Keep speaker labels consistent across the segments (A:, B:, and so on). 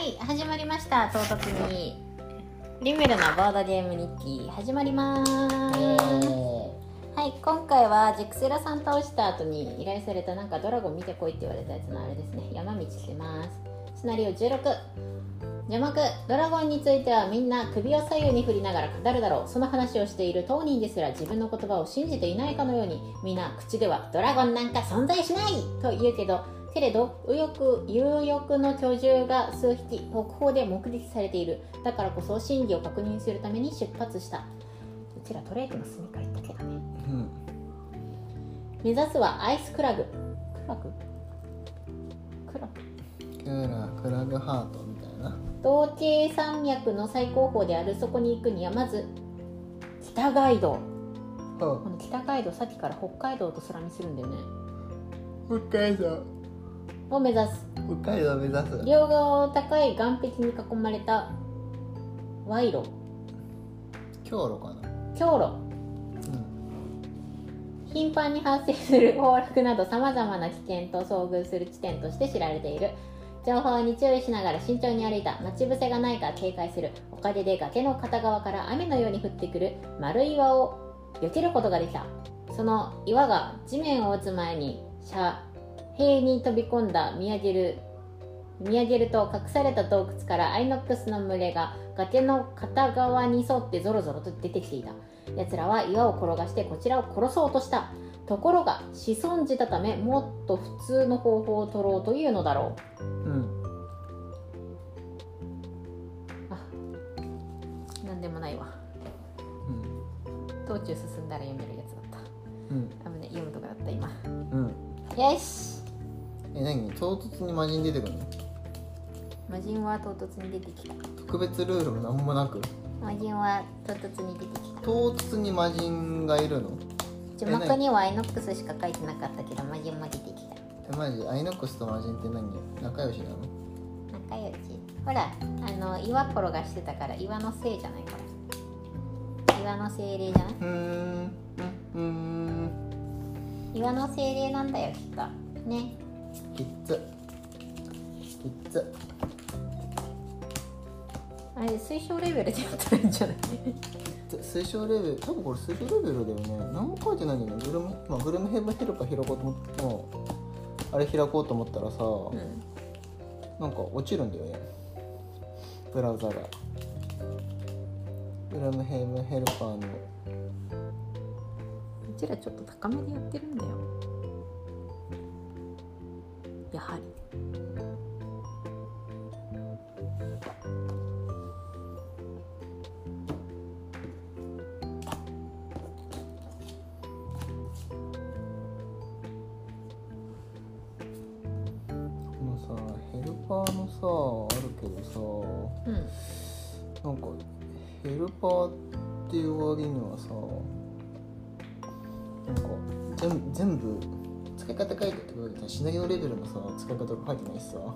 A: はい始まりました。唐突にリムルのボードゲーム日記始まります。はい、今回はジェクセラさん倒した後に依頼されたなんかドラゴン見てこいって言われたやつのあれですね。山道してます。シナリオ16、序幕。ドラゴンについてはみんな首を左右に振りながら語るだろう。その話をしている当人ですら自分の言葉を信じていないかのように、みんな口ではドラゴンなんか存在しないと言うけど有力の巨獣が数匹北方で目撃されている。だからこそ真偽を確認するために出発した。うちらトレイクの隅から行ったけどね、目指すはアイスクラグクラグ
B: ハートみたいな。
A: 同系山脈の最高峰であるそこに行くにはまず北海道、この北海道さっきから北海道と空見するんだよね。
B: 北海道
A: を目指す。両側を高い岩壁に囲まれた賄賂
B: 強路かな。
A: 強路、頻繁に発生する崩落などさまざまな危険と遭遇する地点として知られている。情報に注意しながら慎重に歩いた。待ち伏せがないか警戒する。おかげで崖の片側から雨のように降ってくる丸い岩を避けることができた。その岩が地面を打つ前に斜平に飛び込んだ。見上げると隠された洞窟からアイノックスの群れが崖の片側に沿ってゾロゾロと出てきていた。奴らは岩を転がしてこちらを殺そうとした。ところが仕損じたため、もっと普通の方法を取ろうというのだろう。なんでもないわ。道中進んだら読めるやつだった。危ね、読むとかだった今。よし。
B: 何？唐突に魔人出てくるの？
A: 魔人は唐突に出てきた。
B: 特別ルールも何もなく？
A: 魔人は唐突に出てきた。
B: 唐突に魔人がいるの？
A: 序幕にはアイノックスしか書いてなかったけど魔人も出てきた。
B: マジアイノックスと魔人って何？仲良しなの？
A: 仲良し。ほら岩転がしてたから岩のせいじゃないから。岩の精霊じゃない？岩の精霊なんだよきっとね。
B: きっつ
A: あれ推奨レベルでやったらいいんじゃない？
B: 推奨レベル、多分これ推奨レベルだよね。何も書いてないんだよね。グルメヘブヘルパ開こうと思ってもあれ開こうと思ったらさ、なんか落ちるんだよね、ブラウザが。グルメヘブヘルパーのう
A: ちらちょっと高めでやってるんだよやはり。
B: ヘルパーのさあるけどさ、なんかヘルパーっていう割にはさ、なんか全部使い方書いてってことでさ、シナリオレベルのさ使い方が書いてないしさ。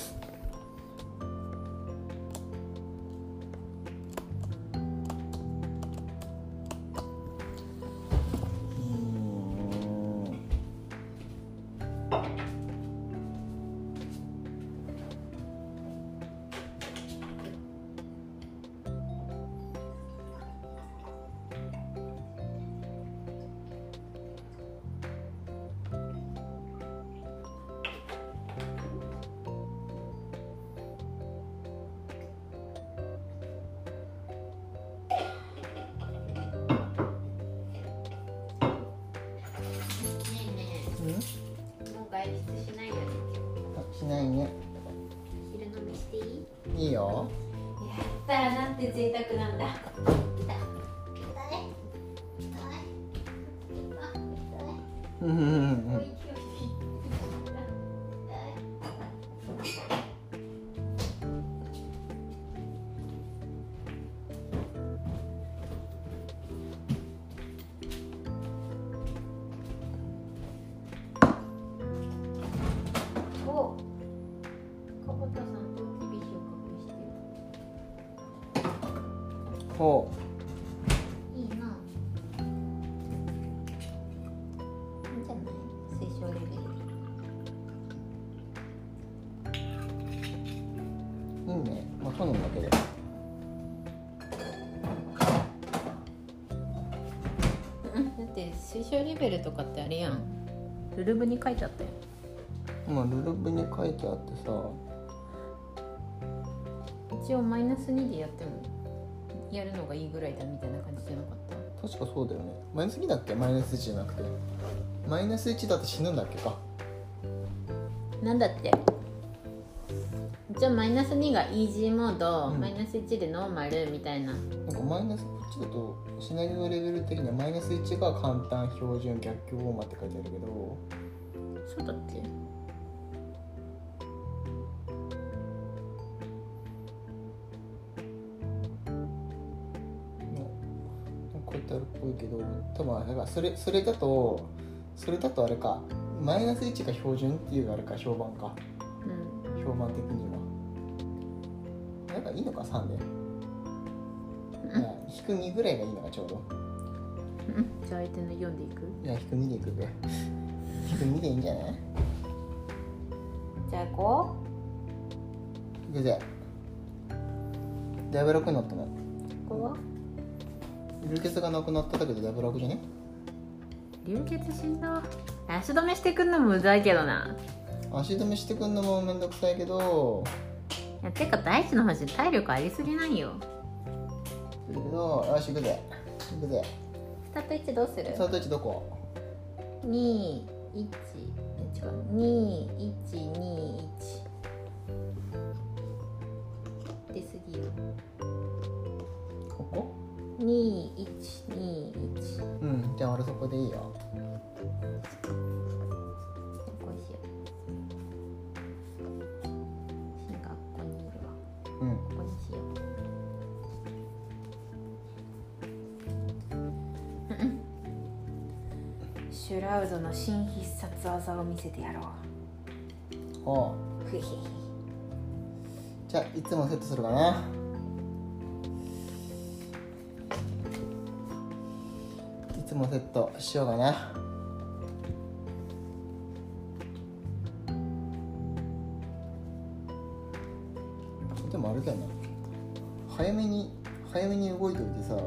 B: しないね。
A: 昼飲みしていい？
B: いいよ。
A: やったー、なんて贅沢なんだ。
B: ほ
A: う。いいな。いいんじゃない？推奨レベル。
B: いいね。 そうなんだけど。
A: だって推奨レベルとかってあれやん、ルルブに書いてあったよ。
B: まあルルブに書いてあってさ、
A: 一応マイナス2でやってもやるのがいいぐらいだみたいな感じじゃなかった？
B: 確かそうだよね。マイナス2だっけ？マイナス1じゃなくてマイナス1だって死ぬんだっけか。
A: なんだって。じゃあマイナス2がイージーモード、
B: うん、
A: マイナス1でノーマルみたいな。
B: なんかマイナス1だとシナリオレベル的にはマイナス1が簡単、標準、逆境、オーマって書いてあるけど。
A: そうだっけ？
B: 書いてあるっぽいけど、多分あれがそれだとあれか、マイナス1が標準っていうあれか、評判か、
A: うん、
B: 評判的にはあれがいいのか、3で、引く2ぐらいがいいのかちょうど。
A: じゃあ相手の4でいく？
B: いや、引く2でいくべ。引く2でいいんじゃない？
A: じゃあこ
B: いくぜ。だいぶ楽になったね。
A: ここは
B: 流血がなくなっただけでだいぶ楽じゃね？
A: 流血しんど。足止めしてくんのもうざいけどな。
B: 足止めしてくんのもめんどくさいけど、
A: いやてか大地の星体力ありすぎないよ。
B: だけど、よし行くぜ。
A: スタート1どうする？
B: スタート1どこ
A: 2、1、違う、2、1、2、1出すぎよ。
B: ここ
A: 2、1、2、1。
B: うん、じゃあ俺そこでいいよ。
A: こうしよう。シンがここにいるわ。
B: うん。
A: ここにしよう。シュラウドの新必殺技を見せてやろう。
B: おう。
A: ふへへ。
B: じゃあいつもセットするかな。いつもセットしようかな。でもあれだよな、早めに動いといてさ、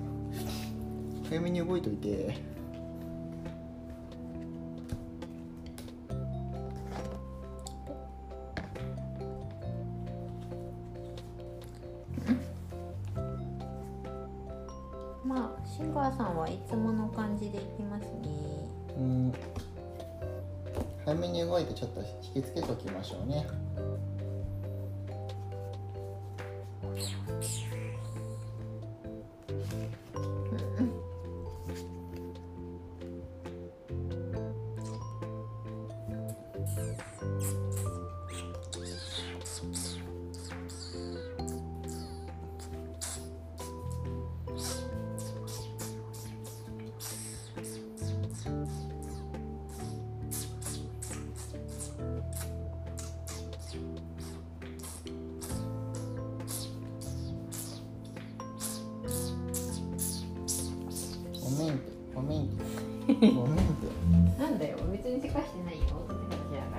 A: まあシンガーさんはいつもの感じでいきますね。
B: 早めに動いてちょっと引きつけときましょうね。ごめんって
A: なんだよ、別にせかしてないよ。音手形だから。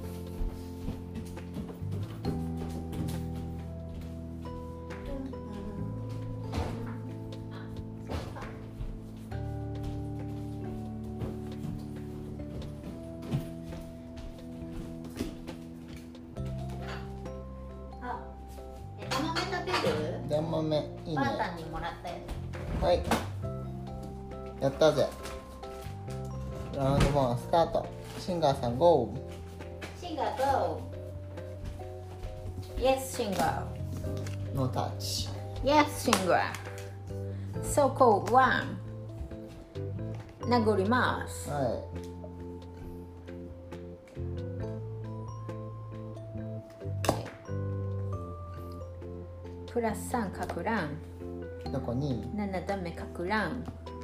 A: あ、枝豆食べる？
B: 枝豆いいね。
A: ばあたんにもらったやつ。
B: はい、やったぜ。ラウンド1スタート。シンガーさん GO。
A: シンガー GO。 Yes シンガー。
B: ノータッチ。
A: Yes シンガー。 So cold one。 殴ります。
B: は
A: プラス3かく乱。
B: い、どこに
A: 7段目かく乱。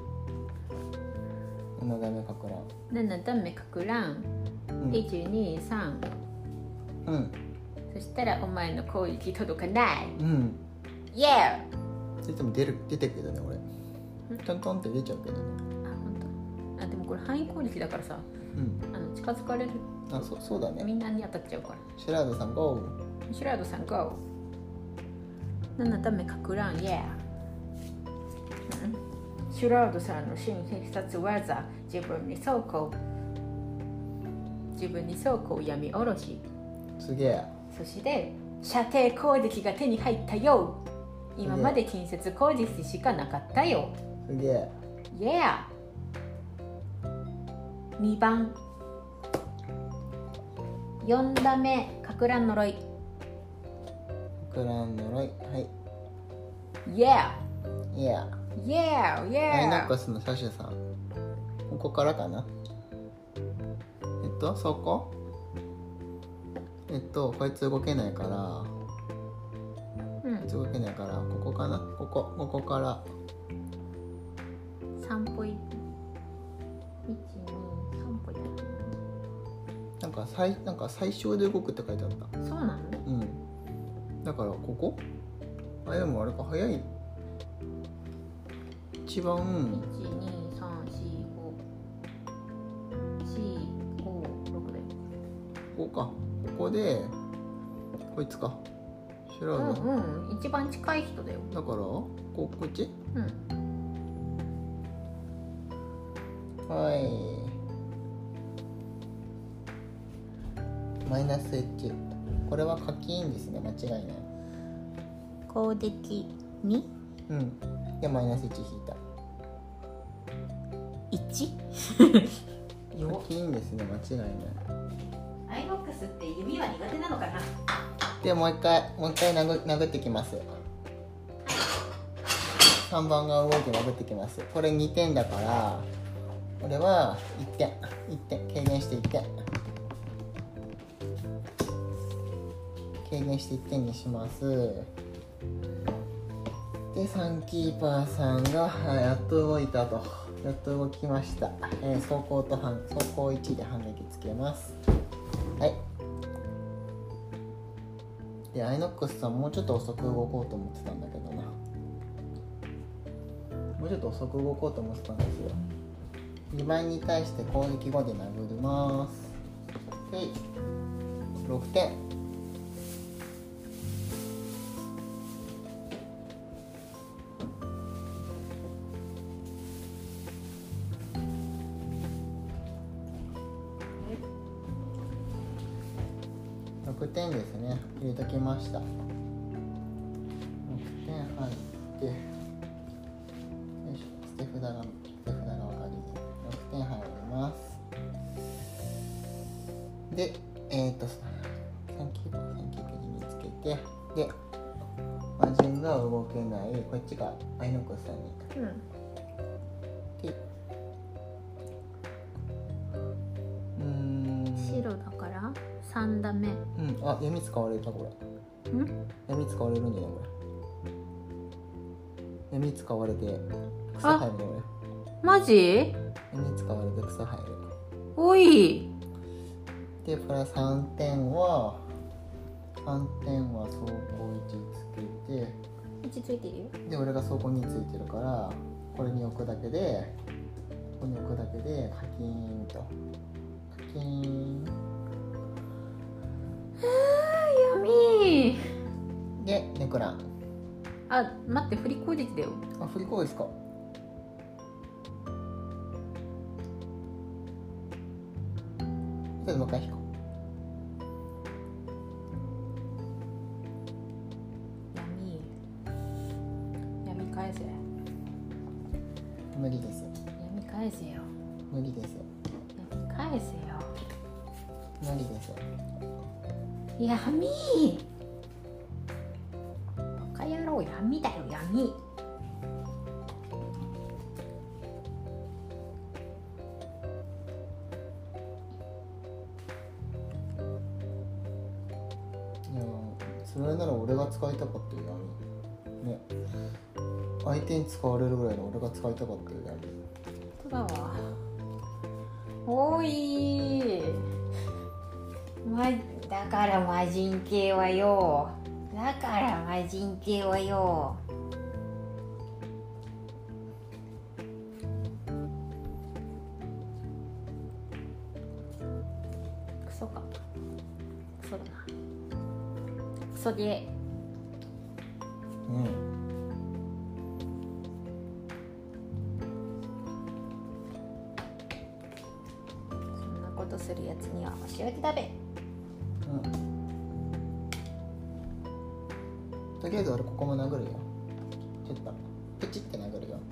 B: 7段目かくらん。
A: 7段目かく乱。1、2、3。
B: うん。
A: そしたらお前の攻撃届かない。
B: うん。
A: イエー。
B: いつも出てるけどね、俺。トントンって出ちゃうけどね。
A: あ、本当。あ、でもこれ範囲攻撃だからさ。近づかれる。
B: あ、そうだね。
A: みんなに当たっちゃうから。
B: シュラードさん GO。
A: シュラードさん GO。 何のためかくらん、yeah、シュラウドさんの新必殺技、自分に倉庫闇おろし。
B: すげえ。
A: そして射程攻撃が手に入ったよ。今まで近接攻撃しかなかったよ。
B: すげえ。
A: Yeah。2番4打目、かく乱呪い。
B: かく乱呪い、はい。
A: Yeah
B: Yeah
A: Yeah
B: アイノッ
A: Yeah。
B: クスの車種さん、ここからかな。そここいつ動けないから、動けないから、ここかな。ここから
A: 3歩1、2、3歩
B: なんか最小で動くって書いてあった。
A: そうなの？
B: うん。だからここ？でもあれか、早い。一番。1、2、3、4、5、4、5、6だよ。ここか。ここでこいつか。知らんの？
A: 一番近い人だよ。
B: だからこっち？はい。マイナス1。これは課金ですね、間違いない。
A: 攻撃2？
B: でマイナス1引いた。
A: 1？
B: 課金ですね、間違いない。
A: アイノックスって弓は苦手なのかな。
B: でもう一回殴ってきます。3番が動いて殴ってきます。これ2点だから、これは1点軽減して1点にします。でサンキーパーさんがやっと動いたと。やっと動きました。走行1で反撃つけます。はい。でアイノックスさんもうちょっと遅く動こうと思ってたんだけどな。もうちょっと遅く動こうと思ってたんですよ。2番に対して攻撃後で殴ります。で6点。6点ですね。入れときました。6点入って、よいしょ、捨て札が分かり、6点入ります。で、サンキーパーに見つけて、で、魔人が動けない、こっちがアイノックスさんに。
A: 白だから3打目。
B: あ、闇使われたこれ。闇使われるんじゃないこれ。闇使われて草入るねこれ。
A: マジ？
B: 闇使われて草入る。
A: おい。
B: でプラス3点は走行1つけて。
A: 位置ついてるよ。
B: で俺が走行2ついてるから、これに置くだけで、ここに置くだけでカキーンと。カキーン。
A: 闇
B: でネクラン。
A: あ、待って、振り攻撃だよ。
B: あ、振り攻撃ですか。ちょっともう一回引こ
A: う。闇返せ。
B: 無理ですよ。
A: 闇返せよ。
B: 無理ですよ。
A: 闇返せよ。
B: 無理ですよ。
A: 闇。バカ野郎、闇だよ、闇。
B: いや、それなら俺が使いたかったよ、闇。ね。相手に使われるぐらいの俺が使いたかったよ、闇。
A: そうだわ。おい。だから魔人系はよ。クソか。クソだな。クソゲー。 そんなことするやつにはお塩で食べ。
B: とりあえず俺ここも殴るよ。ちょっとプチって殴るよ。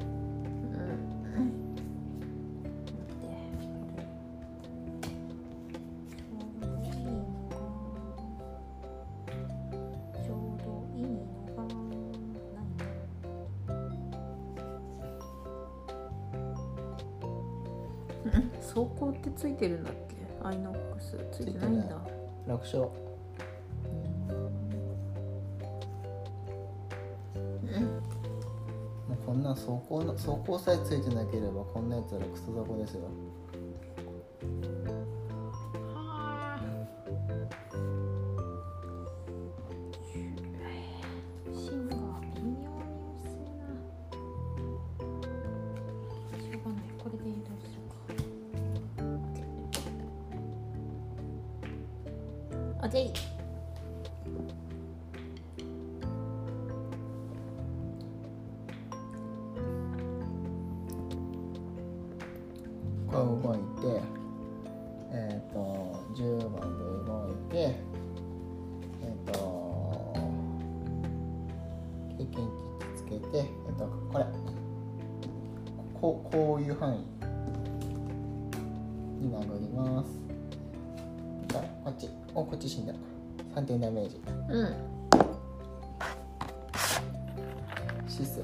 A: 走行ってついてるんだっけ？アイノックスついてないんだ。
B: 楽勝。もうこんな走行さえついてなければこんなやつらクソ雑魚ですよ。
A: 芯が微妙に薄いな。しょうがない。これでどうするか。あ、じゃあいい。
B: これ動いて、10番で動いて、経験値つけて、これこういう範囲に殴ります。じゃあこっち死んだ。3点ダメージ。シス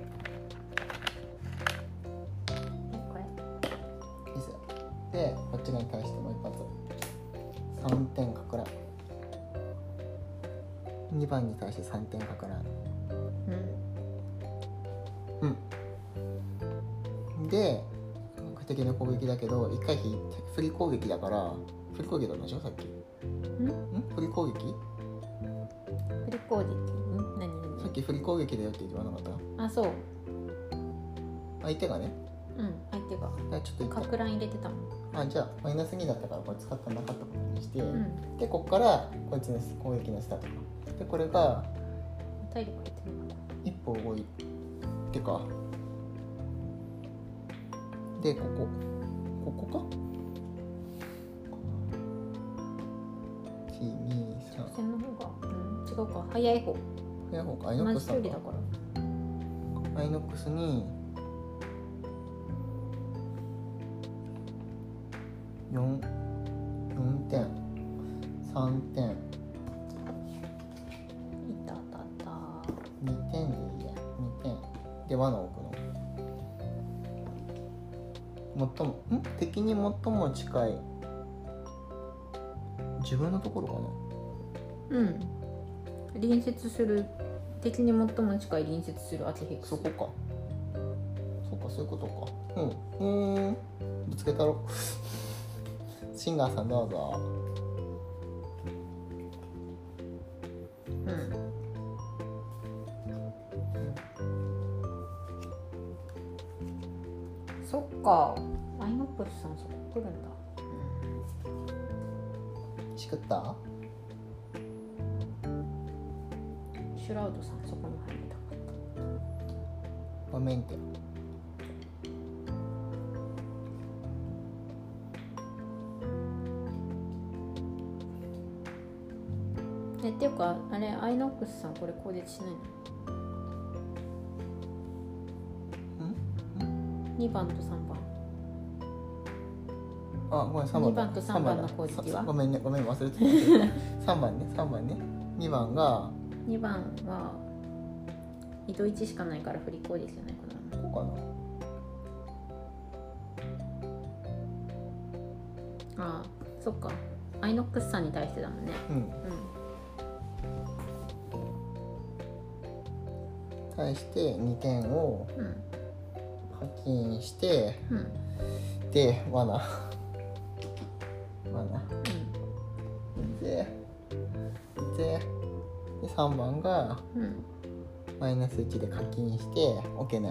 B: で、こっちに対してもう一発3点かくらん。2番に対して3点かくらん。で、敵の攻撃だけど1回引いて振り攻撃だから振り攻撃だったでしょさっき。振り攻撃？
A: 振り攻撃？何？
B: さっき振り攻撃だよって言わなかった？
A: あ、そう。
B: 相手がね。
A: 相手が。
B: ちょっと
A: かく乱入れてたもん。
B: じゃあマイナス2だったからこれ使ってなかったことにして、でこっからこいつの攻撃のスタートか。でこれが
A: 体力入ってるのか。
B: 一歩動いてか。でここか。123。
A: 線の方が、違うか。早い方
B: か。アイノックス
A: 同じ距離だから。
B: アイノックスに4点3点
A: いた
B: 2点でいいや。2点で罠を置くの。敵に最も近い自分のところかな。
A: 隣接する敵に最も近い隣接するアーティフィクス。
B: そこか。そういうことか。ぶつけたろ。シンガーさんどうぞ。
A: そっか。アイノックスさんそこ来るんだ。
B: しくった？
A: シュラウドさんそこに入りたかった。
B: ごめんて。
A: っていうかあれアイノックスさんこれ攻撃しないの？2番と3番。
B: ごめん、3番。
A: 2番と3番の攻撃は？
B: ごめん忘れてた。3番ね。2番は
A: 移動1しかないから振り攻撃じゃないかな。
B: ここ
A: かな。そっか。アイノックスさんに対してだもんね。
B: 対して2点を課金して、で罠で3番がマイナス1で課金して置けない。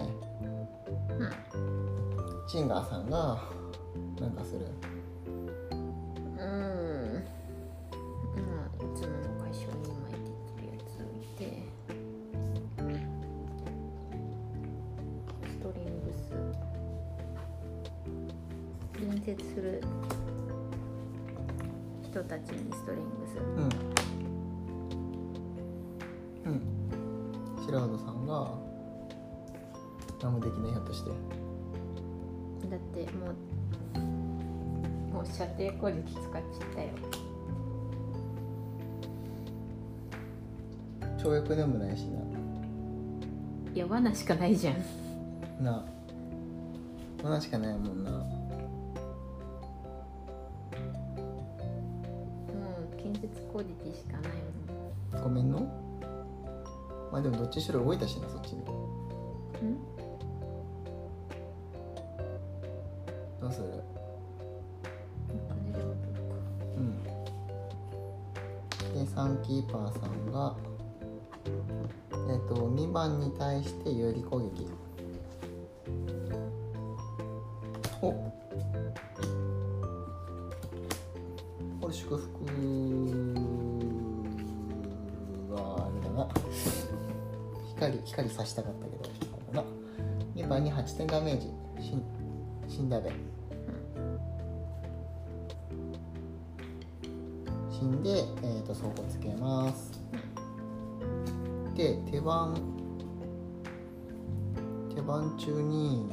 B: シンガーさんがなんかする。
A: いつもの解消に巻いてってるやつを見て接する人たちにストリングス。
B: 白羽さんが何もできないひょっとして。
A: だってもう射程攻撃使っちゃったよ。
B: 跳躍でもないし
A: いや罠しかないじゃん。
B: な罠しかないもんな。
A: もう近接攻撃しかないもん。
B: ごめんの。まあでもどっちしろ動いたしな、そっちに。どうする？でサンキーパーさんが2番に対して有利攻撃。お、これ祝福はあれだな。光さしたかったけどあれだな。2番に8点ダメージ。死んだべ。死んで、倉庫つけます。で手番中に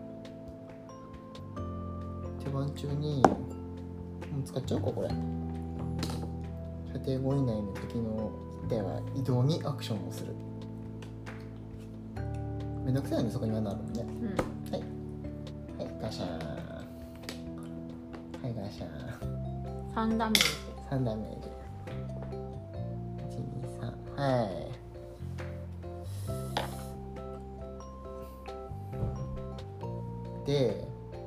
B: もう使っちゃおうかこれ。射程5以内の敵の一体は移動にアクションをする。めんどくさいよね、そこにはなるもんね。はいガシャーン。はいガシャーン。
A: 3ダメージ。
B: 3ダメージ。123。はいで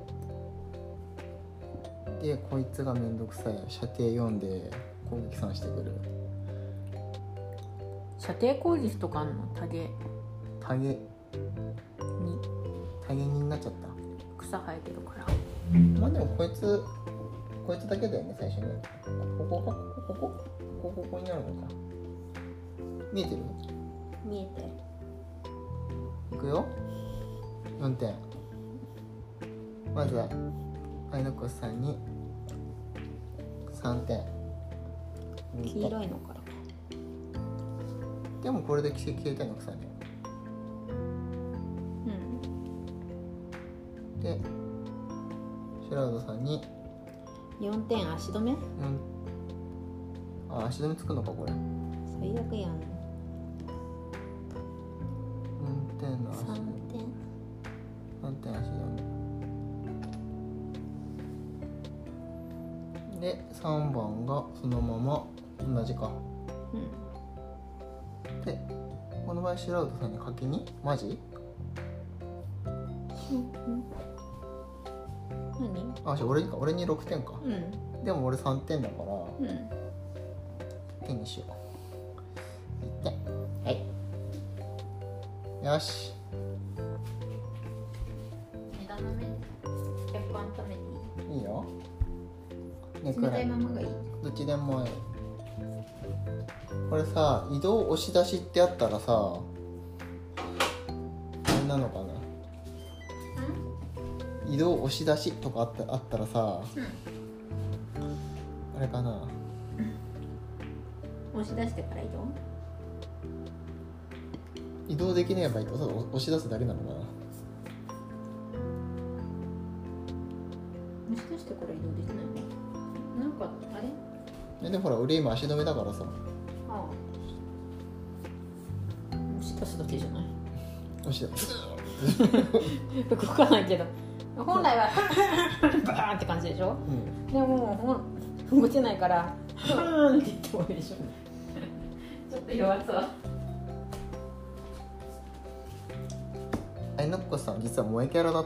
B: こいつがめんどくさい。射程4で攻撃3してくる。
A: 射程攻撃とかあんの？タゲ
B: 2になっちゃった。
A: 草生えてるから。
B: まあでもこいつだけだよね最初に。ここになるのか。見えてる？
A: 見えてる。
B: いくよ。4点。まずはアイノコスさんに3点。
A: 黄色いのから。
B: でもこれで消えたいの草ね。でシュラウドさんに
A: 4点足止め。
B: 足止めつくのかこれ。
A: 最悪やん。
B: 4点の足止め。3点足止めで3番がそのまま同じか。でこの場合シュラウドさんに書きにマジ？何？俺に6点か。でも俺3点だから、点にしよう。1点。はい。よし。
A: 枝豆結構温めていい？
B: いいよ。
A: 冷たいままがいい？
B: どっちでもいい。これさ、移動押し出しってあったらさ、あれなのかな。移動押し出しとかあったらさ、あれかな。
A: 押し出してから
B: 移動できない場合と押し出すだけなのかな。
A: 押し出してから移動できないの？なんかあれ？
B: でもほら俺今足止めだからさ。
A: 押し出すだけじゃない？
B: 押し出す
A: 動かないけど本来はバーンって感じでしょ、でももう動けないからブーンって言ってもいいでしょちょっと弱そう。
B: アイノッコさん実は萌えキャラだった。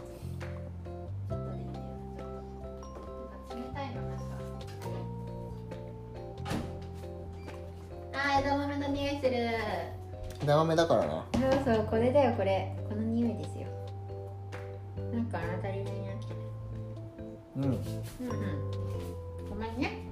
A: 枝豆の匂いする。
B: 枝豆だからな。
A: そうこれだよこの匂いですよ。なんか当たり前にあって。ごめんね。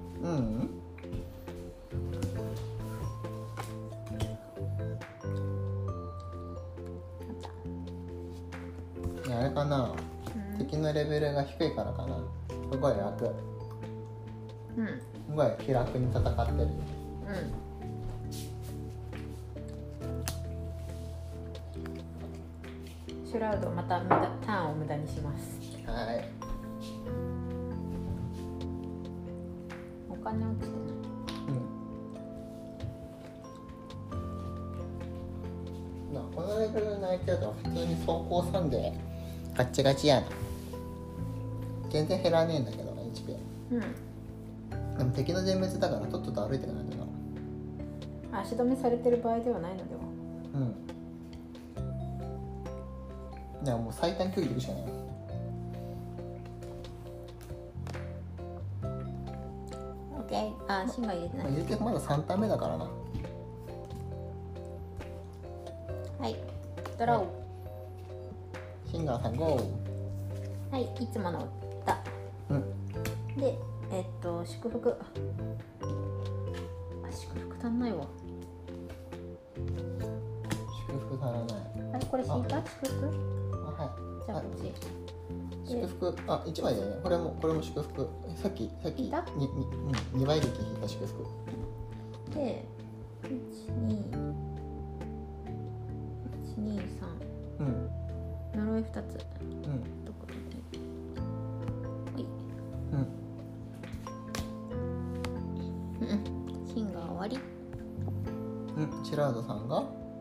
B: いやあれかな、敵のレベルがが低いからかな、すごい楽。
A: うん
B: すごい気楽に戦ってるよ。
A: シュラウドまたターンを無駄にします。
B: はい。
A: お金落ちてない。
B: このレベルの相手だと普通に走行3でガッチガチやな。全然減らねえんだけど HP。でも敵の全滅だからとっとと歩いていかないと
A: な。足止めされてる場合ではないのでは。
B: いやもう最短距離でいくしかない。
A: オッケー。あ、シンが入れてない。
B: 入れてまだ3ターン目だからな。
A: はい、ドロ
B: ー。シンガーさんゴ
A: ー。はい、いつものだ。で、祝福。祝福足んないわ。
B: 祝福足らない。
A: あれこれ引いた？祝福？
B: はい。
A: じゃあこっち。
B: 祝福1枚だよね。これも祝福。さっき2倍力引いた祝福。
A: で、1、2、3。呪い2つ。どこだね。はい。シンが終わり。
B: シラードさんが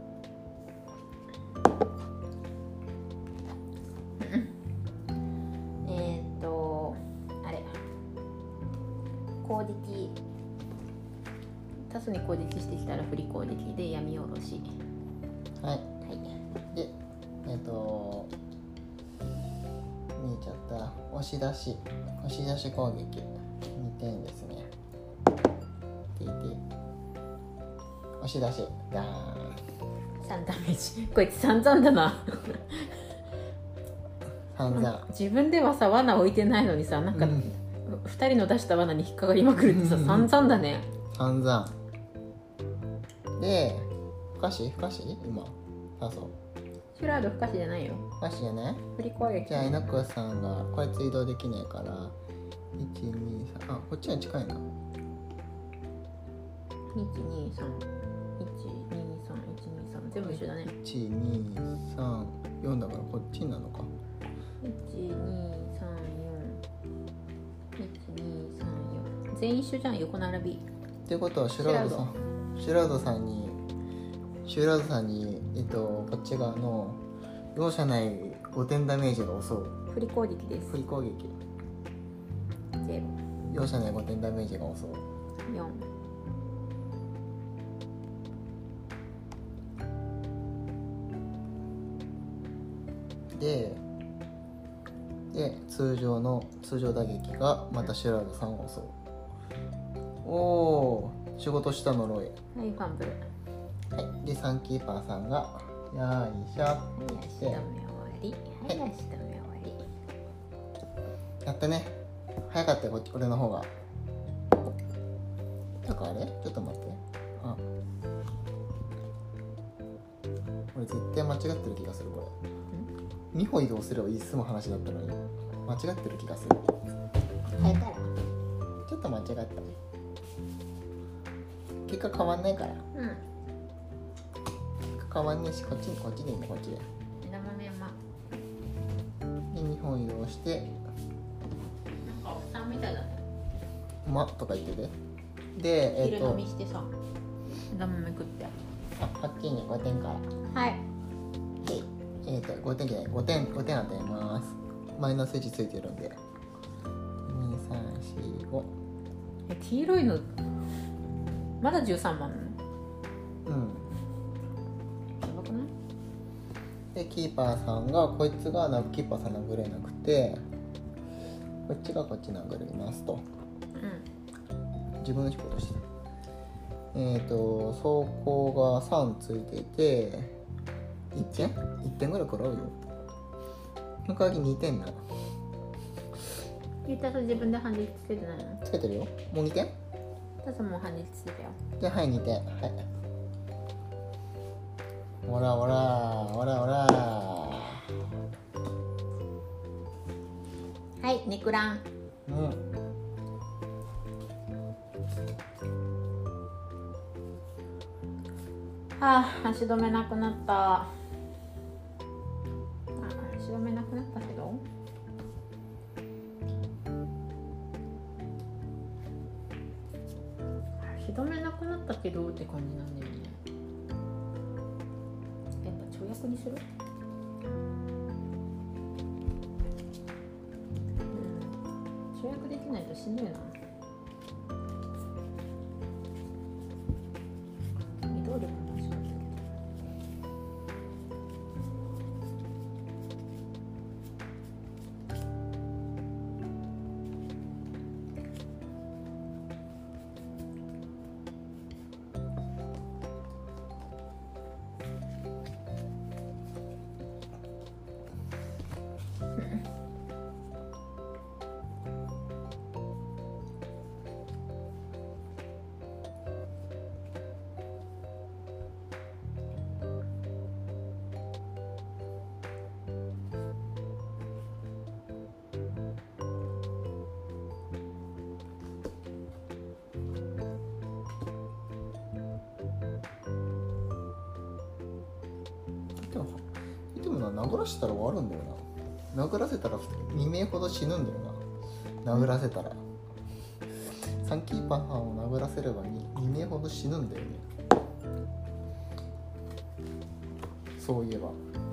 A: あれ攻撃タスに攻撃してきたら振り攻撃で闇下ろし。
B: はい、で見えちゃった。押し出し攻撃2点ですね。押し出しダーン
A: 3ダメージ。こいつ散々だな。
B: 散々。
A: 自分ではさ罠置いてないのにさ、なんか、2人の出した罠に引っかかりまくるってさ、散々だね。
B: 散々で不可視今そう
A: シュラード不可視じゃないよ。
B: 不可視じゃない。
A: 振り攻撃。
B: じゃあ猪子さんがこいつ移動できないから123こっちに近いな。
A: 123全部一緒だね。
B: 1234だからこっちになるのか。
A: 1234全員一緒じゃん、横並び。
B: ってことはシュラードさんにこっち側の容赦ない5点ダメージが襲う。
A: 振り攻撃です。
B: 振り攻撃
A: 0。
B: 容赦ない5点ダメージが襲う。
A: 4。
B: で通常打撃がまたシュラードさんを襲う。おー、仕事した呪い。
A: はい、ファンブル。
B: はい、でサンキーパーさんがよいしょって
A: 足止め終わり。はい、足止め終わり。
B: やったね。早かったよ俺の方が。なんかあれちょっと待って。俺絶対間違ってる気がするこれ。2歩移動すれば済む話だったのに間違ってる気がする。
A: 変えたら
B: ちょっと間違った。結果変わんないから。変わんねえし、こっちでいいね、こっちで。
A: 枝豆山
B: で2本移動して
A: なんかおっさんみたいだね。
B: とか言ってて。で
A: 昼飲みしてさ、枝豆食って。
B: はっきり5点から。
A: はい。
B: で5点じゃない、5点与えます。マイナス1ついてるんで2345。
A: 黄色いのまだ13万なの。やばくない？
B: でキーパーさんがこいつがキーパーさん殴れなくてこっちがこっち殴りますと。自分の仕事して走行が3ついていて1点ぐらい食らうよ。その代わり2点な。
A: ゆうたさん自分で反撃つけてないの？
B: つけてるよ。もう2点？
A: たさんもう反撃つけたよ。
B: じゃあはい2点。はい。ほらほらほらほら。
A: はい肉卵。足止めなくなった。足止めなくなったけど足止めなくなったけどって感じなんだよね。やっぱ跳躍にする？跳躍できないとしんどいな。移動力もしかったけど。
B: でも殴らせたら終わるんだよな。殴らせたら2名ほど死ぬんだよな。殴らせたらサンキーパーさんを殴らせれば 2名ほど死ぬんだよね。そういえば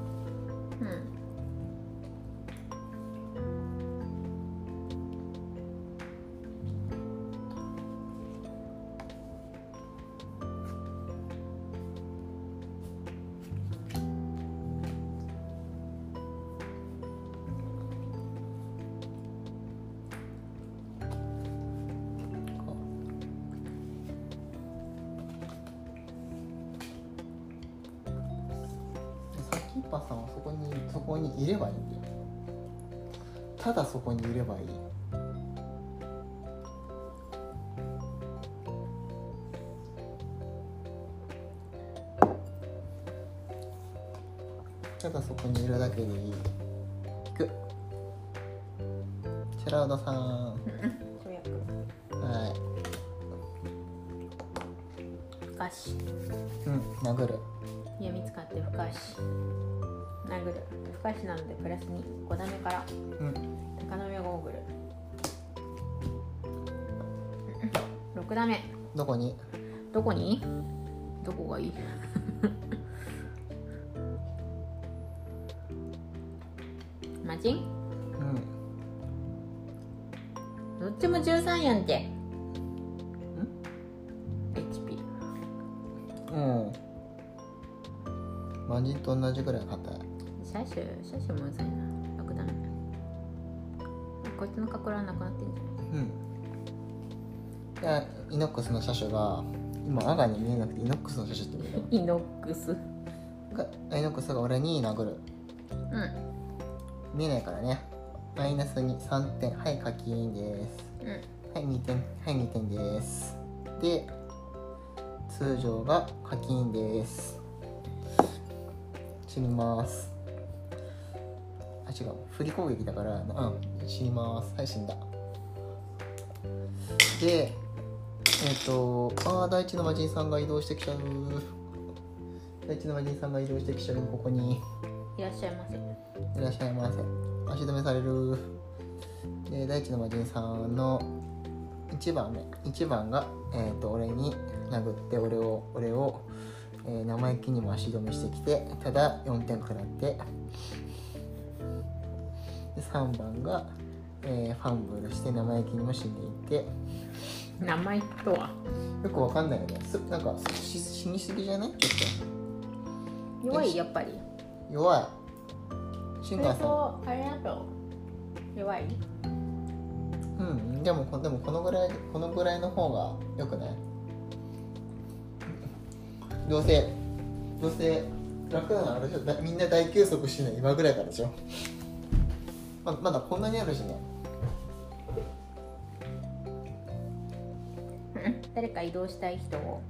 B: キーパーさんはそこにいればいいんだよ。ただそこにいればいい。ただそこにいるだけでいい。行く。シェラウドさん。はい。
A: ふかし。
B: 殴る。
A: 弓使ってふかし。殴る。ふかしなのでプラス2。5ダメから。高波ゴーグル。6ダメ。
B: どこに？
A: どこがいい？マジン？どっちも13やんて。HP。マ
B: ジンと同じぐらい硬い。
A: シャシュもうざいな。6ダメ。こいつのかくらなくなってんじゃない？
B: イノックスの車種が今アガに見えなくてイノックスの車種って見える。
A: イノックス
B: が俺に殴る。見えないからね。マイナスに3点。はい、課金です。はい、2点。はい、2点です。で、通常が課金です。死にます。違う。振り攻撃だから、死にます。はい、死んだ。で、第一の魔人さんが移動してきちゃう。第一の魔人さんが移動してきちゃう。ここに。
A: いらっしゃいませ。
B: いらっしゃいませ。足止めされる。で、第一の魔人さんの1番が、俺に殴って俺を、生意気にも足止めしてきて、ただ4点食らって、で3番が、ファンブルして生意気にも死んでいて、
A: 生意気とは
B: よくわかんないよね。なんか死にすぎじゃない？ちょっ
A: と弱い。やっぱり
B: 弱い。シンカーさん
A: あれだと弱い？
B: でもこのぐらいの方が良くない？どうせ楽なのあれでしょ。みんな大休息してない今ぐらいからでしょ。まだこんなにあるしね。
A: 誰か移動したい人を。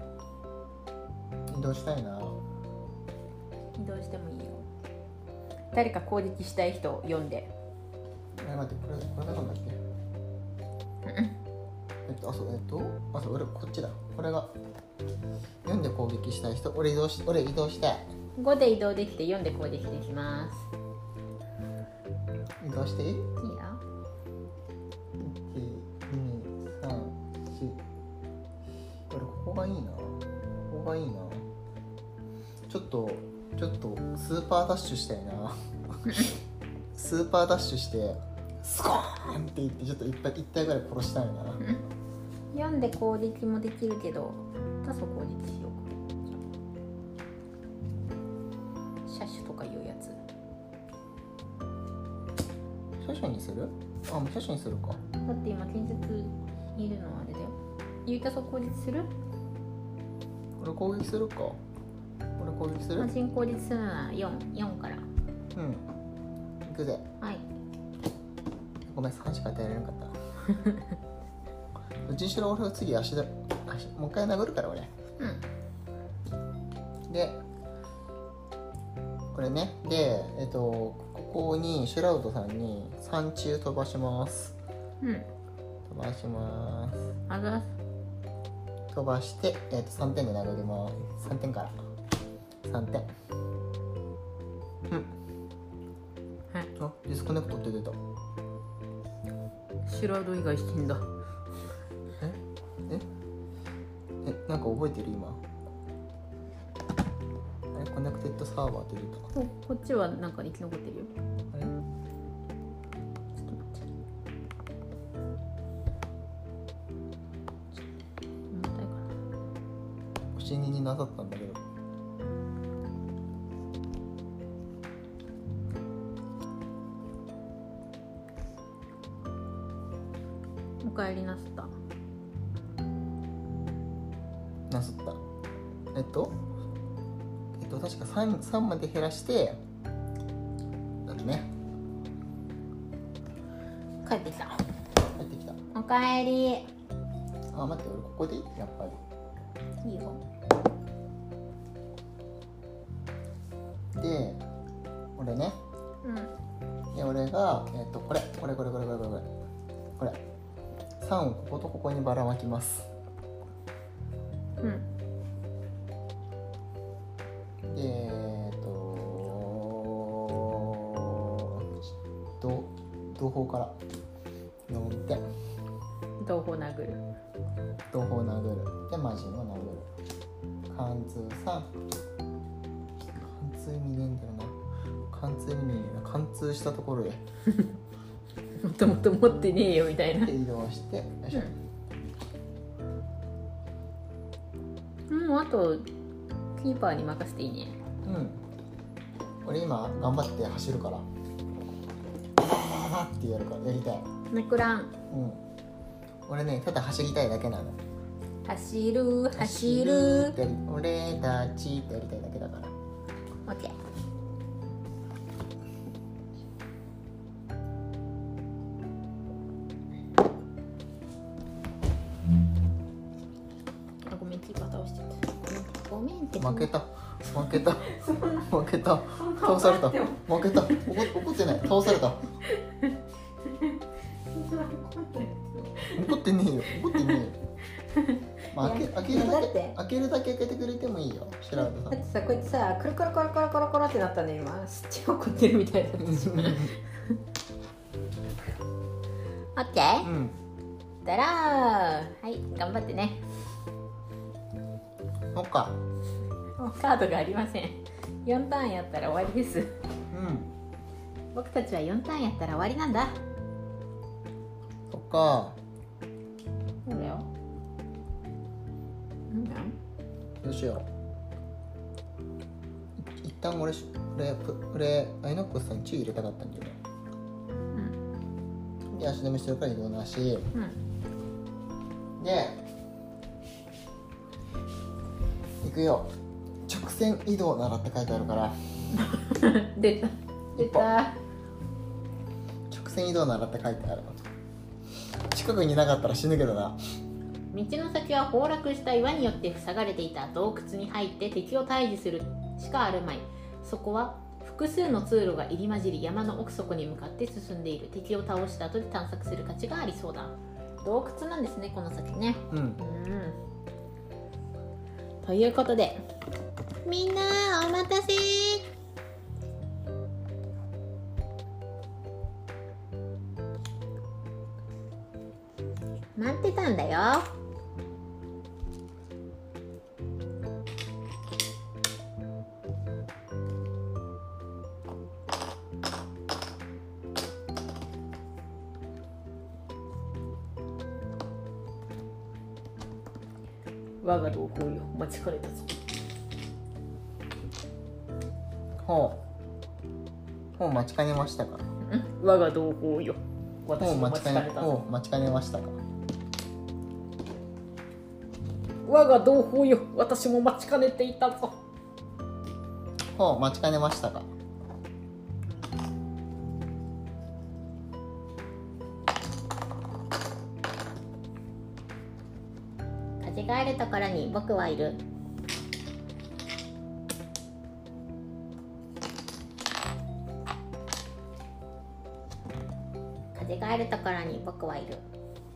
B: 移動したいな。
A: 移動してもいいよ。 誰か攻撃したい人読んで。
B: 待って、これがなんだっけ。そう俺こっちだ。これが読んで攻撃したい人。俺移動して。
A: 5で移動できて4で攻撃できます。
B: 移動していい？いいよ。1、2、3、4。俺ここがいいな。ちょっとスーパーダッシュしたいな。スーパーダッシュしてスコーンっていってちょっと1体ぐらい殺したいな。
A: 4で攻撃もできるけど、多素攻撃しようか。シャシュとかいうやつ。
B: シャシュにする？もうシャシュにするか。
A: だって今建設いるのはあれだよ。ゆいたそ攻撃する？
B: 俺攻撃するか。
A: マシン攻撃するなら4から。
B: 行くぜ。
A: はい。
B: ごめん、3しか与えられなかった。うちにしろ俺は次足もう一回殴るから俺。でこれね。でここにシュラウドさんに3中飛ばします。飛ばします。飛ばして、3点で殴ります。3点から3点。あ、ディスコネクトって出た。
A: シュラウド以外してんだ。
B: なんか覚えてる今。コネクテッドサーバーって出た。
A: こっちはなんか生き残ってるよ。
B: あれ？ちょっと待って。
A: 重たいかな。
B: 星2になさったんだけど。
A: おかえりなすった。
B: なすった。確か 3まで減らしてだってね。
A: 帰ってきた。おかえり。
B: 待って、俺ここでいい？やっぱり
A: いいよ。
B: で俺ね、で俺がこれ3をこことここにばらまきます。で同胞から4点。
A: 同胞殴る。で
B: マジンを殴る。貫通3。貫通見ねえんだよな。貫通したところへ
A: もともと持ってねえよみたいな。
B: 移動してよいしょ。
A: もうあとキーパーに任せていいね。
B: 俺今頑張って走るからってやりたい。
A: ネクラン。
B: 俺ね、ただ走りたいだけなの。
A: 走る
B: 俺たちってやりたいだけだから。
A: オッケー。ごめん、キーパー倒してた。ごめんって。
B: 負けた。倒された。負けた。怒ってない。倒された。怒ってねえよ。開けるだけ開けてくれてもいいよ。シュラウドさん。
A: だってさ、こいつさ、くるくるくるくるくるくるってなったね今。すっちゃ怒ってるみたいだったし。オッケー。だらー。はい、頑張ってね。
B: そっか。
A: カードがありません。4ターンやったら終わりです。僕たちは4ターンやったら終わりなんだ。
B: そっか。
A: そうだよ。
B: どうしよう。一旦俺アイノックスさんに注意入れたかったんだよね。で足止めしてるから移動なし。で行くよ。直線移動ならって書いてあるから
A: 出た
B: 直線移動ならって書いてある。近くにいなかったら死ぬけどな。
A: 道の先は崩落した岩によって塞がれていた洞窟に入って敵を退治するしかあるまい。そこは不複数の通路が入り混じり山の奥底に向かって進んでいる。敵を倒した後で探索する価値がありそうだ。洞窟なんですね、この先ね。ということで、みんなお待たせ。待ってたんだよ。我が同胞よ、待ちかねたぞ。
B: ほう待ちかねましたか。
A: 我が同胞よ、私も待ちかねたぞ。
B: 待ちかねましたか。
A: 我が同胞よ、私も待ちかねていたぞ。
B: 待ちかねましたか。
A: 風があるところに僕はいる。風があるところに僕はいる。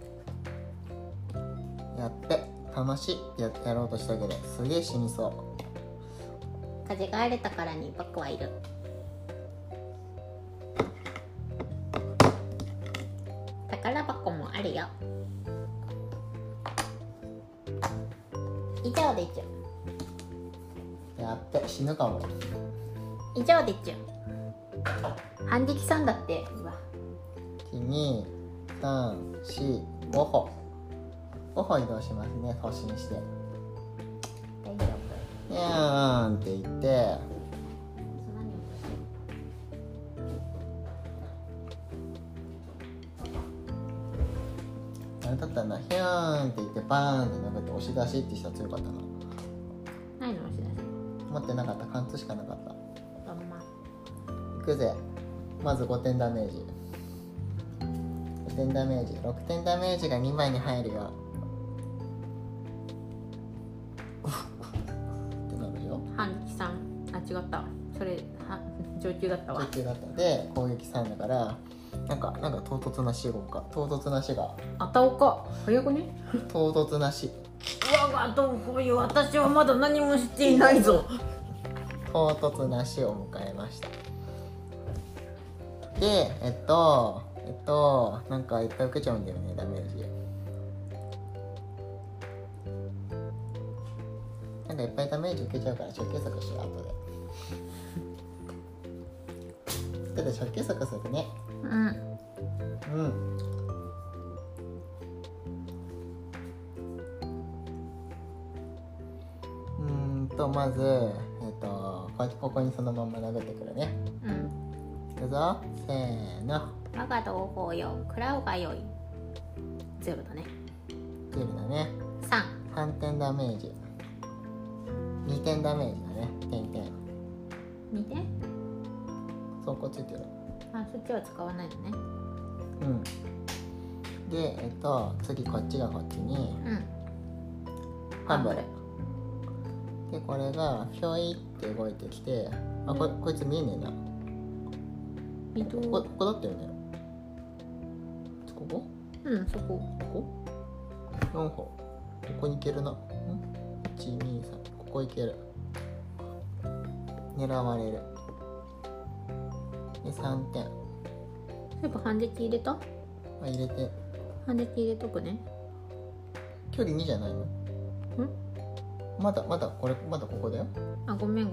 B: やって楽しいってやろうとしたけどすげえ死にそう。
A: 風があるところに僕はいる。宝箱もあるよ。以上でちゅ。
B: やって死ぬかも。
A: 以上でちゅ。反撃さんだって。うわ。
B: 2、3、4、5歩5歩移動しますね。突進して
A: 大丈
B: にゃーんって言ってあれだったな。ヒューンって言ってバーンって投げて押し出しってしたら強かったな。
A: ないの押し出し
B: 持ってなかった。貫通しかなかった。
A: あんま
B: いくぜ。まず5点ダメージ。5点ダメージ。6点ダメージが2枚に入るよ。ってなるよ。
A: 反撃さん。あ、違った。それ上級だったわ。
B: 上級だったで攻撃3だからなんか唐突な死後か。唐突な死が。
A: あたおか。早くね。
B: 唐突な死。
A: 我が同胞よ、私はまだ何もしていないぞ。
B: 唐突な死を迎えました。でなんかいっぱい受けちゃうんだよね、ダメージ。なんかいっぱいダメージ受けちゃうから直球速しよう、後で。けど直球速するね。まずここにそのまま殴ってくるね。いくぞ、せーの。
A: 我が同胞よ、食らうがよい。ゼロだね。
B: ゼロだね。3点ダメージ。2点ダメージだね。
A: 2点？
B: そう、こっついてる。
A: あ、そっちは使わないのね。
B: で次こっちがこっちにハンブルで、これがひょいって動いてきて、あ、こいつ見えねえな。ここだったよね。ここ？
A: そこ。
B: ここ4歩。ここに行けるな。1、2、3。ここ行ける。狙われる。で3点。
A: そういえば反撃入れた？
B: 入れて。
A: 反撃入れとくね。
B: 距離2じゃないの？まだここだよ。
A: あ、ごめん。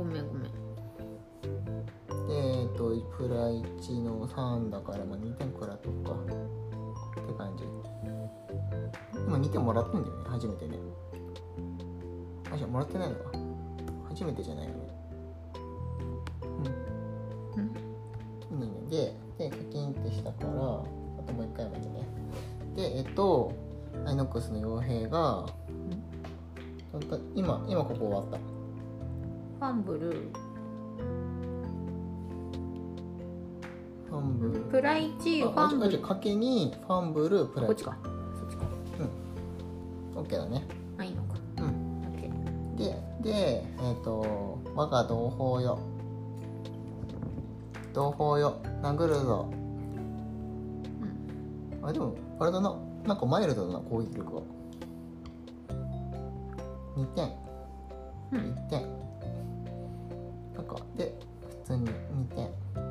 B: プラ1の3だから、2点くらっとくかって感じ。今2点もらってんだよね、初めてね。あ、じゃあもらってないのか。初めてじゃないよね。でカキンってしたから、あともう一回までね。でアイノックスの傭兵が今ここ終わった。
A: ファンブルプラ1ファンブル
B: かけにファンブルプラ1。
A: こっちか。そっちか。
B: OK だね。
A: いいのか。
B: で我が同胞よ。 同胞よ殴るぞ、あでもあれだな、なんかマイルドだな攻撃力が2点、1点なんかで普通に2点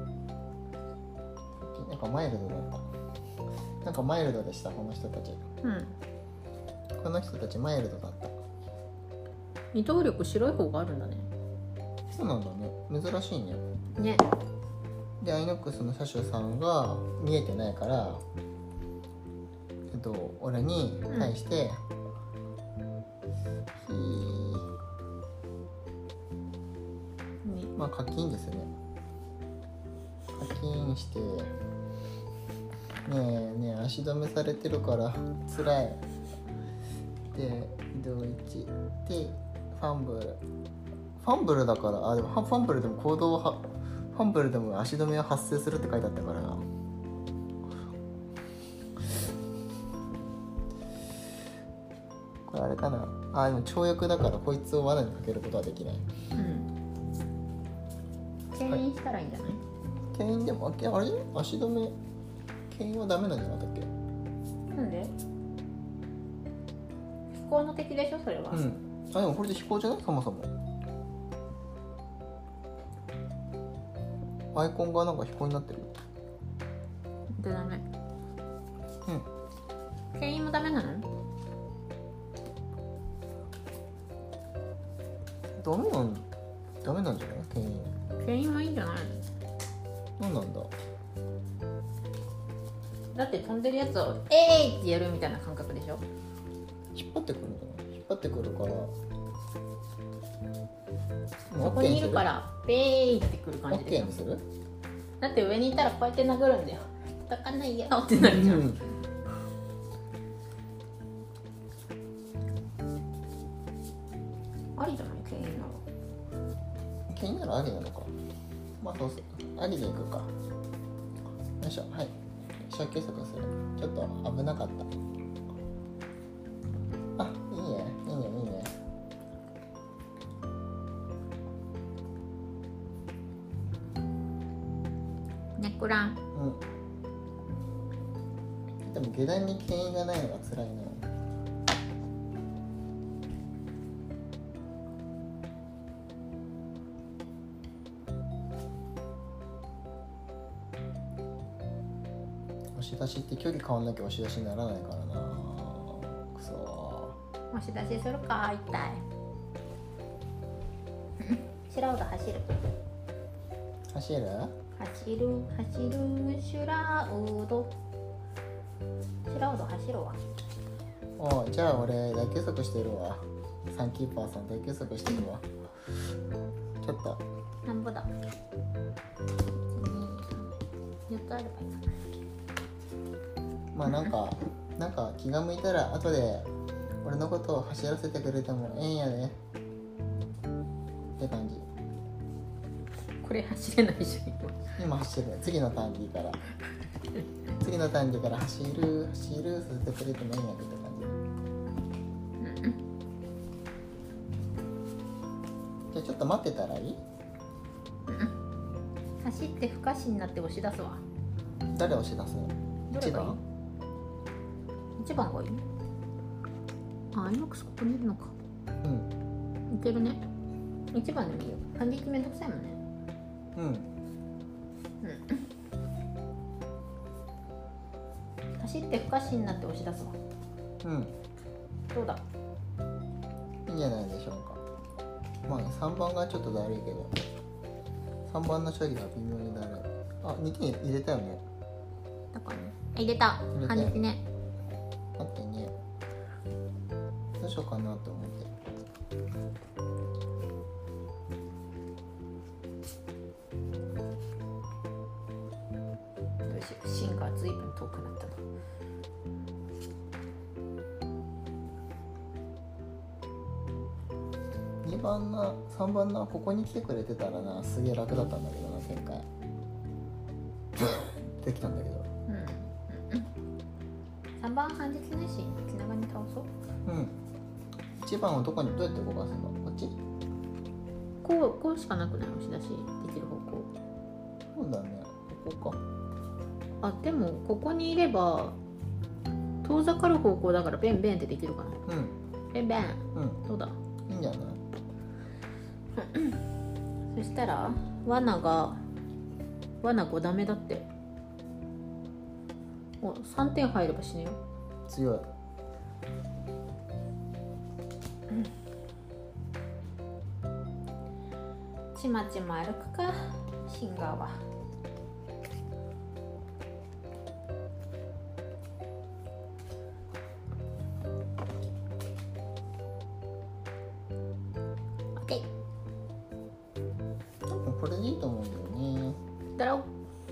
B: なんかマイルドだった、なんかマイルドでしたこの人たち、この人たちマイルドだった。
A: 移動力白い方があるんだね。
B: そうなんだね、珍しいね。
A: ね。
B: でアイノックスの車種さんが見えてないから、俺に対して、まあ課金ですよね。課金してねえ足止めされてるから辛いで移動1でファンブルだから、でもファンブルでもファンブルでも足止めは発生するって書いてあったからな。これあれかな、でも跳躍だからこいつを罠にかけることはできない。
A: 牽引したらいいんじゃない？
B: 牽引でもあれ足止め牽引はダメなんじゃなかったっけ？
A: なんで？飛行の敵でしょそれは。
B: でもこれで飛行じゃない？そもそもアイコンがなんか飛行になってる。
A: でダメ。牽引もダメなの？ダメなんじゃない？ 牽引もいいんじゃない
B: の？なんだ。
A: だって飛んでるやつをえーいってやるみたいな感覚でしょ。
B: 引っ張ってくるのかな？引っ張ってくるから
A: そこにいるからベーイってくる感じでしょ。
B: OK にする？
A: だって上にいたらこうやって殴るんだよ。叩かないよってなるじゃん、ありじゃない？牽引なの。
B: 牽引ならありなのか。まあそうする、ありでいくか。よいしょ。はい、小計測する。ちょっと危なかった。いいね。
A: ネクラン。
B: でも下段に牽引がないのが辛いね。押し出しって距離変わんなきゃ押し出しにならないからな。くそ
A: 押し出しするか一体。シュラウド走る
B: 走る
A: シュラウド走るわ。
B: じゃあ俺大休息してるわ。サンキーパーさん大休息してるわ。ちょっと
A: なんぼだ。4つあればいいかな。
B: まあなんか気が向いたら後で俺のことを走らせてくれてもええんやでって感じ。
A: これ走れないし
B: 今走る。次のターンでいいから次のターンでいいから走るさせてくれてもええんやでって感じ。じゃあちょっと待ってたらいい？
A: 走って不可視になって押し出すわ。
B: 誰押し出すの？1番
A: ？1番がいい？アイノックスここにいるのか。いけるね。1番でもいいよ。反撃めんどくさいもんね。走って不可視になって押し出すわ。どうだ？
B: いいんじゃないでしょうか。まあ3番がちょっとだるいけど3番の処理が微妙にだるい。2点入れたよね。
A: だからね。入れた。反撃ね。
B: 待ってね。どうしようかなと思って。
A: どうしよう。芯が随分遠くなったな。
B: 2番な3番なここに来てくれてたらなすげえ楽だったんだけどな展開できたんだけど。
A: 3番反撃ないし気長に倒そう。
B: 1番をどうやって動かすの？こっち？
A: こうしかなくない？押し出しできる方向。
B: そうだね、ここか。
A: あ、でもここにいれば遠ざかる方向だからベンベンってできるかな。ベンベン、どうだ、
B: いいんじゃない。
A: そしたら罠5ダメだって。お、3点入れば死ぬよ。
B: 強い。
A: ちまちま歩くか、シンガーは。オッケー。
B: これでいいと思うんだよね。
A: だろう。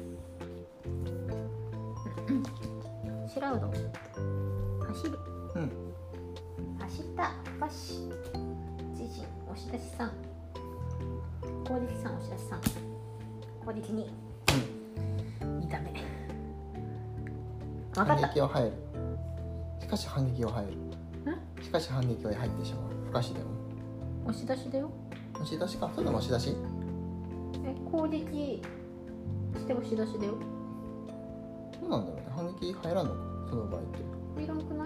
A: シラウド走る。走った。よし。自陣押し出し3、攻撃3、押し出し3、攻撃2、2ダメ。分かった。
B: 反撃は入る。しかし反撃は入る。しかし反撃は入ってしまう。不可視でも
A: 押し出しだよ。
B: 押し出しか。それでも押し出し。
A: 攻撃して押し出しだよ。
B: そうなんだろうね。反撃入らんのか、その場合って。
A: 入らんくない？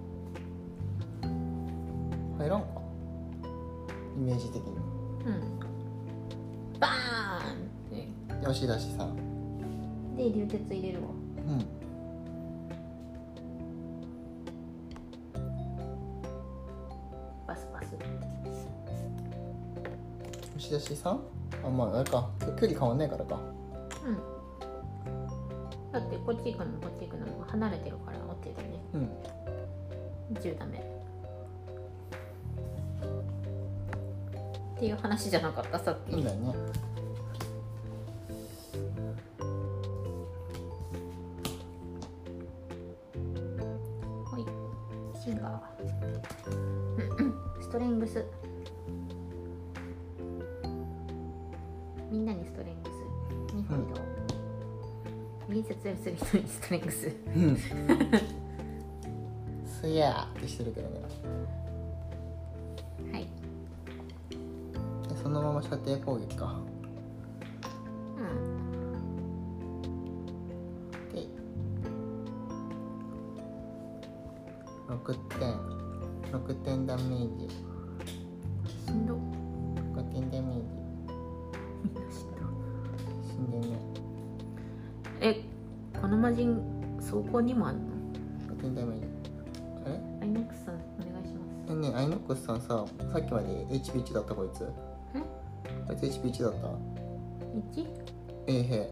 B: 入らんか、イメージ的に。
A: バーン
B: 押し出しさ
A: で流鉄入れるわ。バスバス。
B: 押し出しさ、あ、まああれか、距離変わんないからか。
A: だってこっち行くのもこっち行くのも離れてるから OK だね。10ダメっていう話じゃなかった、さっき。
B: そうだよね。
A: はい、シンガーストレングス。みんなにストレングス2本移動。隣接する人にストレングス。
B: すやーってしてるけどね。
A: はい。
B: そのまま射程攻撃か。で6点ダメージ。
A: しんど。
B: 6点ダメージ。
A: みんなしんど。
B: 死んでね。
A: この魔人走行にもあるの
B: 6点ダメージ。あれ、
A: アイノックスさんお願いします。
B: ね、アイノックスさんさ、さっきまで HP1 だった。こいつこいつ HP1 だった。
A: 1？
B: 衛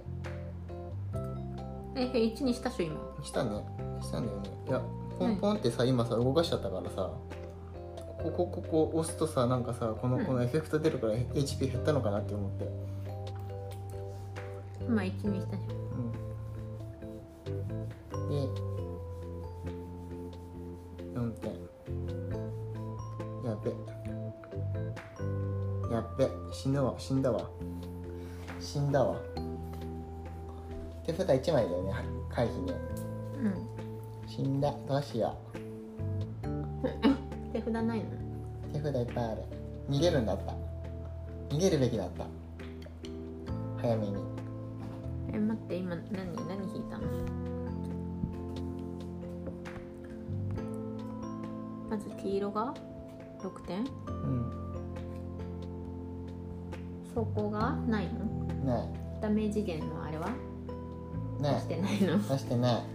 B: 兵
A: 1にしたっしょ今。
B: したんだよね。いや、ポンポンってさ、今さ動かしちゃったからさ、ここ押すとさ、なんかさ、このエフェクト出るから HP 減ったのかなって思って。
A: 今1にしたじゃん。
B: で4点。やっべ、死んだわ。手札1枚だよね、回避ね。死んだ。どうしよう。
A: 手札ないの？
B: 手札いっぱいある。逃げるんだった。逃げるべきだった。早めに。
A: 待って、今何引いたの？まず黄色が6点。走行がないの？
B: ない。
A: ダメージ源のあれは
B: ない。
A: 出してないの？
B: 出してない。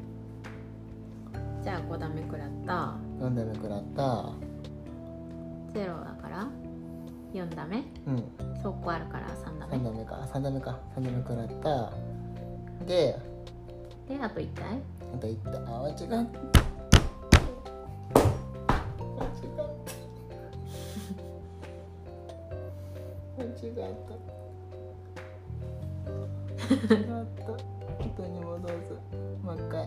A: じゃあ5ダメ食らった。
B: 4ダメ食らった。
A: 0だから4ダメ。走行あるから3ダメ。
B: 3ダメか。3ダメ食らった。で
A: あと1体。
B: あと1体。あ、間違った。元に戻す。もう一回。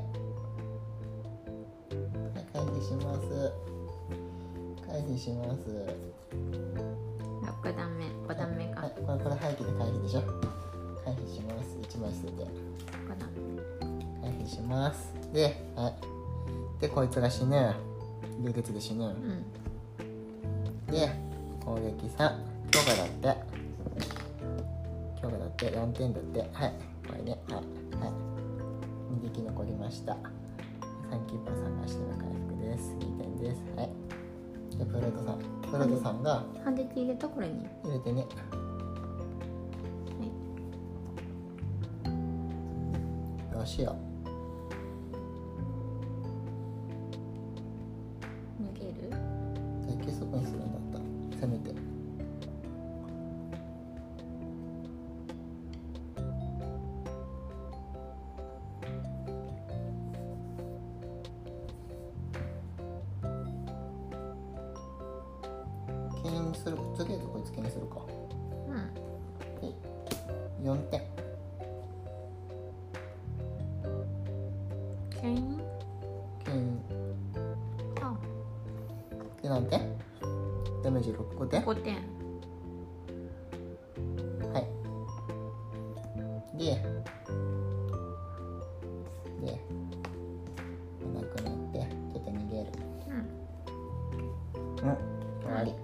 B: 回避します。
A: 6ダメ、5ダメか。
B: これ廃棄で回避でしょ。回避します。1枚捨てて。
A: 5ダメ。
B: 回避します。で、でこいつが死ぬ。流血で死ぬ。で攻撃3。強化だって。 今日がだって4点だって。はいこれね。はいはい2匹残りました。サンキーパーさんが足の回復です。2点です。はい。でプレートさんが
A: ハンデティ入れたこれに
B: 入れてね。どうしよ
A: う。逃げる？
B: 耐久速にするんだった。せめて。剣にする。とりあえずこいつ剣にするか。4点。
A: 剣
B: で何点？ダメージ5点？
A: 5点。
B: はい。でなくなってちょっと逃げる。終わり。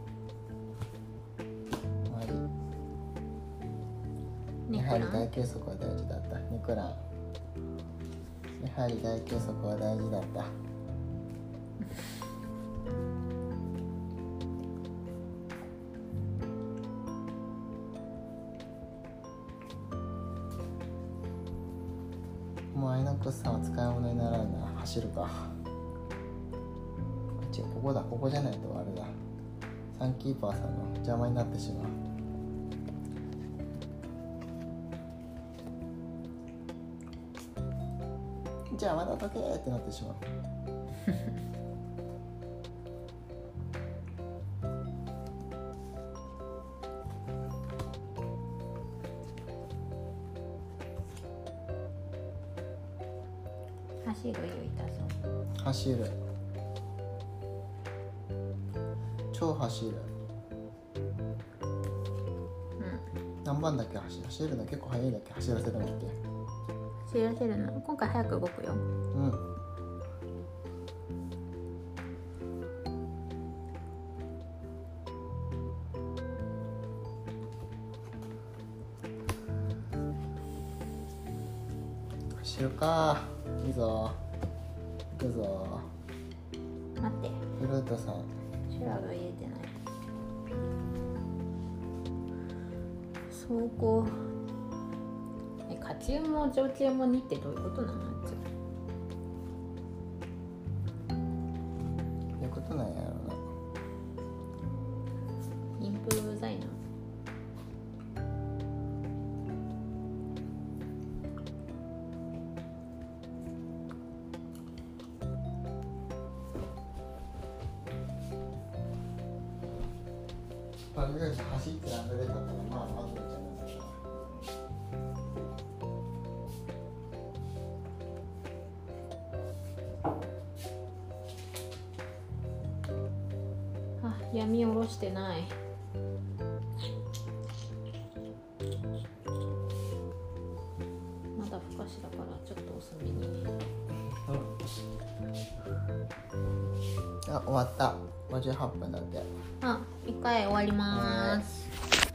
B: やはり大休息は大事だった。ニクラン。やはり大休息は大事だった。もうアイノックスさんは使い物にならんな。走るか。違う、ここだ。ここじゃないとあれだ。サンキーパーさんの邪魔になってしまう。じゃあまだ時計ってなってしまう。
A: 走るよ、痛そう。
B: 走る。超走る。何番だっけ？走るの結構速いだっけ？走らせるのって。
A: 走らせるの？今回早く動くよ。
B: 走るか。いいぞ。行くぞ。
A: 待って。
B: フルートさん。
A: シュラが入れてない。走行。活用も常駐も2ってどういうことなの？ど
B: ういうことなんやろな。
A: インプ材なの？
B: とりあえず走ってあふれたからまあ待ってちゃうんだけど。
A: 闇下ろしてない。まだふかしだからちょっと遅めに。
B: あ、終わった。58分だって。
A: 1回終わります。